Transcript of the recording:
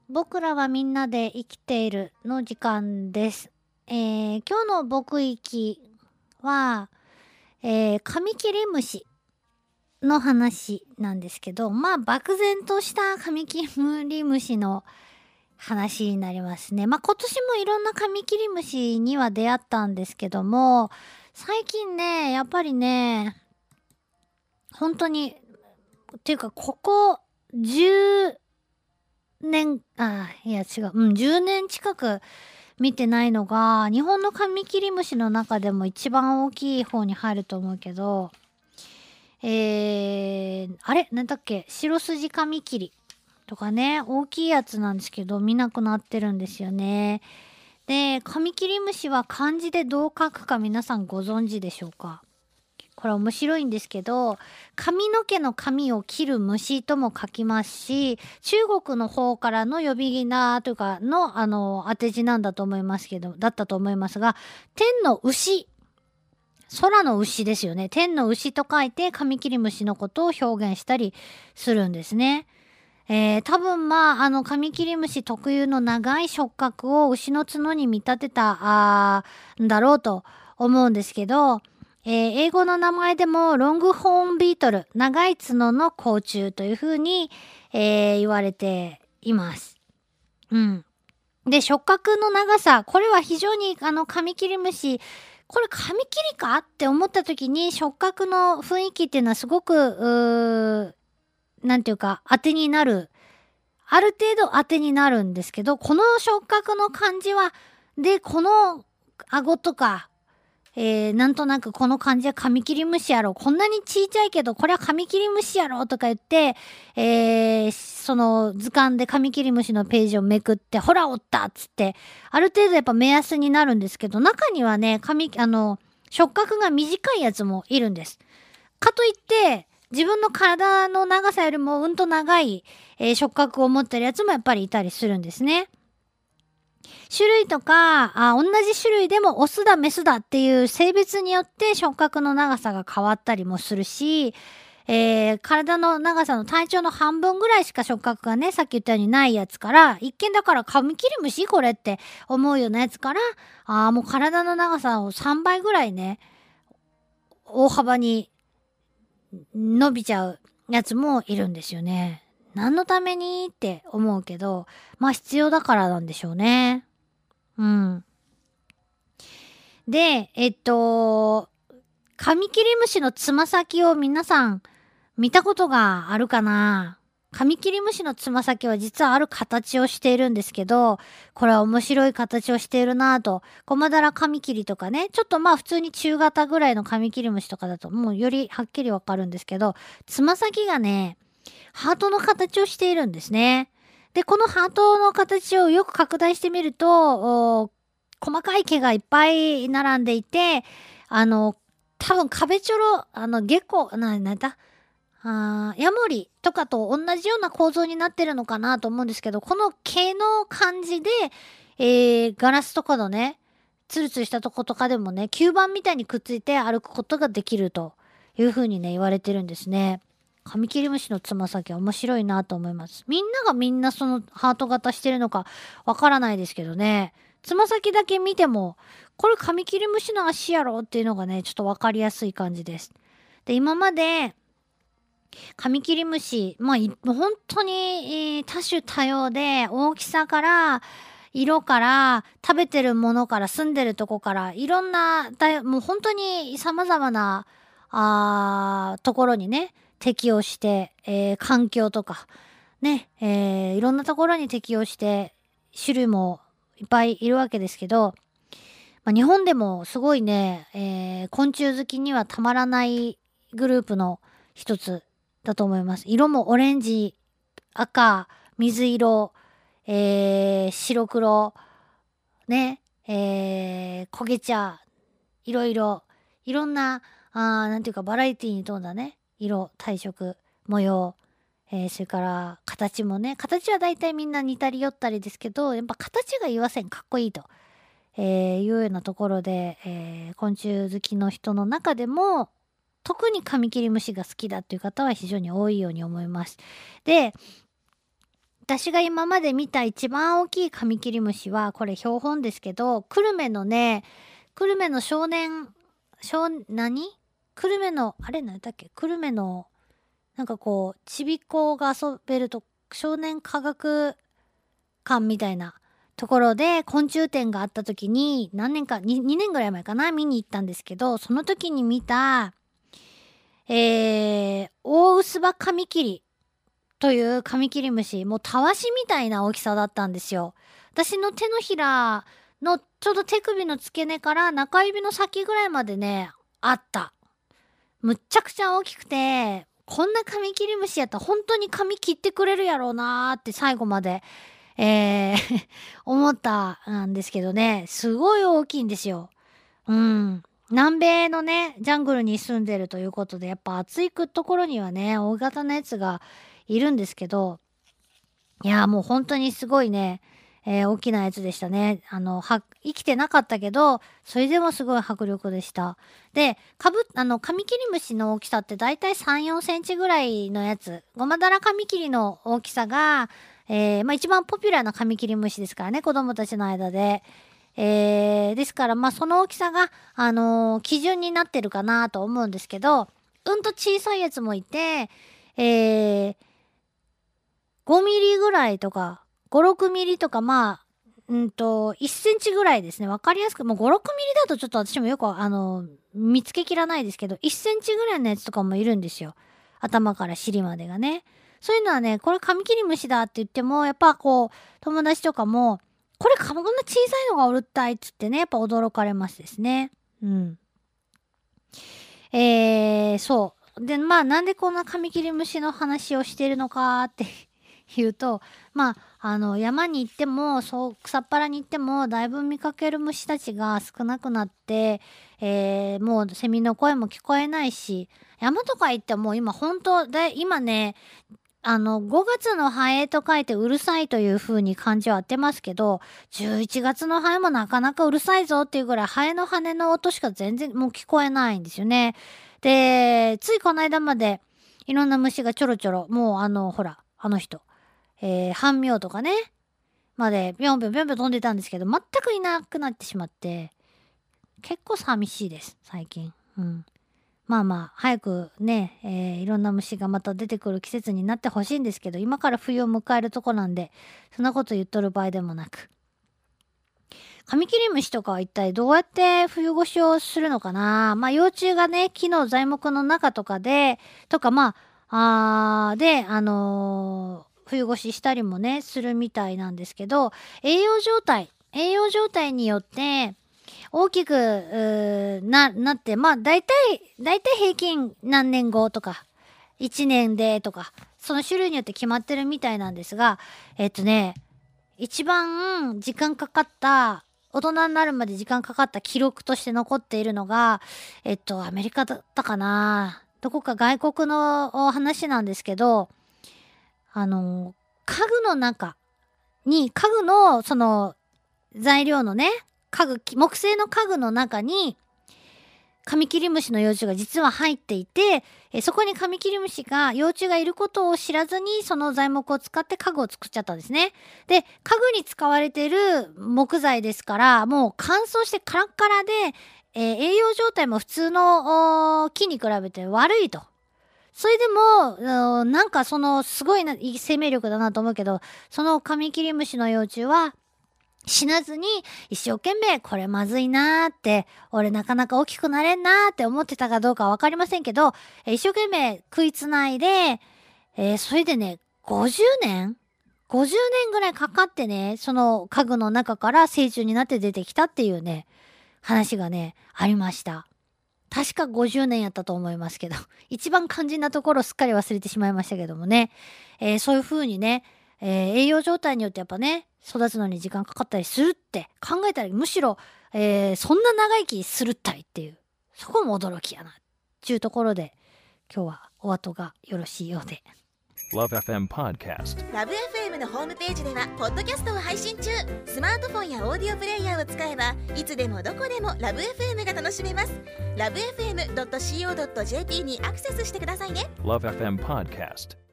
僕らはみんなで生きているの時間です。今日の僕域は、カミキリムシの話なんですけど、まあ漠然としたカミキリムシの話になりますね。まあ今年もいろんなカミキリムシには出会ったんですけども、最近ね、やっぱりね、本当に、っていうかここ10年、いや違う、10年近く見てないのが、日本のカミキリムシの中でも一番大きい方に入ると思うけど、あれなんだっけ、白筋カミキリとかね、大きいやつなんですけど、見なくなってるんですよね。で、カミキリムシは漢字でどう書くか皆さんご存知でしょうか？これ面白いんですけど、髪の毛の髪を切る虫とも書きますし、中国の方からの呼び名というかの、当て字なんだと思いますけど、だったと思いますが、天の牛、空の牛ですよね。天の牛と書いて、カミキリムシのことを表現したりするんですね。多分カミキリムシ特有の長い触覚を牛の角に見立てた、んだろうと思うんですけど、英語の名前でもロングホーンビートル、長い角の甲虫というふうに、言われています。うん。で、触覚の長さ、これは非常にカミキリムシ、これカミキリかって思った時に触覚の雰囲気っていうのはすごく、なんていうか当てになる。ある程度当てになるんですけど、この触覚の感じは、で、この顎とか、なんとなくこの感じはカミキリムシやろ。こんなにちいちゃいけど、これはカミキリムシやろとか言って、その図鑑でカミキリムシのページをめくって、ほらおったっつって、ある程度やっぱ目安になるんですけど、中にはね、触覚が短いやつもいるんです。かといって、自分の体の長さよりもうんと長い、触覚を持ってるやつもやっぱりいたりするんですね。種類とか、同じ種類でもオスだメスだっていう性別によって触覚の長さが変わったりもするし、体の長さの体長の半分ぐらいしか触覚がね、さっき言ったようにないやつから、一見だからカミキリムシこれって思うようなやつから、もう体の長さを3倍ぐらいね、大幅に伸びちゃうやつもいるんですよね。何のためにって思うけど、まあ必要だからなんでしょうね。うん。で、カミキリムシのつま先を皆さん見たことがあるかな？カミキリムシのつま先は実はある形をしているんですけど、これは面白い形をしているなぁと、コマダラカミキリとかね、ちょっとまあ普通に中型ぐらいのカミキリムシとかだともうよりはっきりわかるんですけど、つま先がね、ハートの形をしているんですね。で、このハートの形をよく拡大してみると、細かい毛がいっぱい並んでいて、多分壁チョロ、ゲコ、なんだ、ヤモリとかと同じような構造になってるのかなと思うんですけど、この毛の感じで、ガラスとかのね、ツルツルしたとことかでもね、吸盤みたいにくっついて歩くことができるという風にね、言われてるんですね。カミキリムシのつま先は面白いなと思います。みんながみんなそのハート型してるのかわからないですけどね。つま先だけ見ても、これカミキリムシの足やろっていうのがね、ちょっとわかりやすい感じです。で、今まで、カミキリムシ、本当に、多種多様で、大きさから、色から、食べてるものから、住んでるとこから、いろんな、もう本当に様々な、ところにね、適応して、環境とか、ね、いろんなところに適応して、種類もいっぱいいるわけですけど、日本でもすごいね、昆虫好きにはたまらないグループの一つだと思います。色もオレンジ、赤、水色、白黒、ね、焦げ茶、いろいろ、いろんな、なんていうかバラエティに富んだね、色、体色、模様、それから形もね、形はだいたいみんな似たり寄ったりですけど、やっぱ形が言わせんかっこいいと。いうようなところで、昆虫好きの人の中でも、特にカミキリムシが好きだっていう方は非常に多いように思います。で、 私が今まで見た一番大きいカミキリムシはこれ標本ですけど、久留米の少年久留米のあれ何だっけ、久留米のなんかこうちびっこが遊べると少年科学館みたいなところで昆虫展があった時に2年ぐらい前かな、見に行ったんですけど、その時に見たオオウスバカミキリというカミキリムシ、もうたわしみたいな大きさだったんですよ。私の手のひらのちょうど手首の付け根から中指の先ぐらいまでねあった。むっちゃくちゃ大きくて、こんなカミキリムシやったら本当に髪切ってくれるやろうなーって最後まで、思ったんですけどね、すごい大きいんですよ。南米のねジャングルに住んでるということで、やっぱ暑いところにはね大型のやつがいるんですけど、いやもう本当にすごいね、大きなやつでしたね。生きてなかったけどそれでもすごい迫力でした。でカミキリムシの大きさってだいたい3、4センチぐらいのやつ、ゴマダラカミキリの大きさが、一番ポピュラーなカミキリムシですからね、子供たちの間で。ですからその大きさが、基準になってるかなと思うんですけど、と小さいやつもいて、5ミリぐらいとか5、6ミリとか1センチぐらいですね。わかりやすく、もう5、6ミリだとちょっと私もよく見つけきらないですけど、1センチぐらいのやつとかもいるんですよ。頭から尻までがね。そういうのはね、これカミキリムシだって言っても、やっぱこう、友達とかも、これこんな小さいのがおるったいっつってね、やっぱ驚かれますですね。そう。で、なんでこんなカミキリムシの話をしてるのかっていうと、山に行っても、草っぱらに行っても、だいぶ見かける虫たちが少なくなって、もうセミの声も聞こえないし、山とか行っても今本当で、今ね、5月のハエと書いてうるさいという風に漢字を当てますけど、11月のハエもなかなかうるさいぞっていうぐらい、ハエの羽の音しか全然もう聞こえないんですよね。で、ついこの間までいろんな虫がちょろちょろ、もうほら、あの人、半妙とかね、までぴょんぴょんぴょんぴょん飛んでたんですけど、全くいなくなってしまって、結構寂しいです、最近。早くね、いろんな虫がまた出てくる季節になってほしいんですけど、今から冬を迎えるとこなんで、そんなこと言っとる場合でもなく。カミキリムシとかは一体どうやって冬越しをするのかな。幼虫がね、木の材木の中とかで、冬越ししたりもね、するみたいなんですけど、栄養状態によって、大きくなって、だいたい平均何年後とか、1年でとか、その種類によって決まってるみたいなんですが、一番時間かかった、大人になるまで時間かかった記録として残っているのが、アメリカだったかな。どこか外国の話なんですけど、家具の中に、家具のその材料のね、木製の家具の中にカミキリムシの幼虫が実は入っていて、そこにカミキリムシが幼虫がいることを知らずにその材木を使って家具を作っちゃったんですね。で、家具に使われている木材ですから、もう乾燥してカラッカラで、栄養状態も普通の木に比べて悪いと。それでもなんかすごい生命力だなと思うけど、そのカミキリムシの幼虫は死なずに一生懸命これまずいなーって、俺なかなか大きくなれんなーって思ってたかどうかわかりませんけど、一生懸命食いつないで、それでね、50年ぐらいかかってね、その家具の中から成虫になって出てきたっていうね、話がね、ありました。確か50年やったと思いますけど、一番肝心なところをすっかり忘れてしまいましたけどもね、そういう風にね、栄養状態によってやっぱね、育つのに時間かかったりするって考えたら、むしろ、そんな長生きするったいっていう、そこも驚きやなっていうところで、今日はお後がよろしいようで。 LoveFM Podcast。LoveFM のホームページではポッドキャストを配信中。スマートフォンやオーディオプレイヤーを使えばいつでもどこでも LoveFM が楽しめます。LoveFM.co.jp にアクセスしてくださいね。LoveFM Podcast。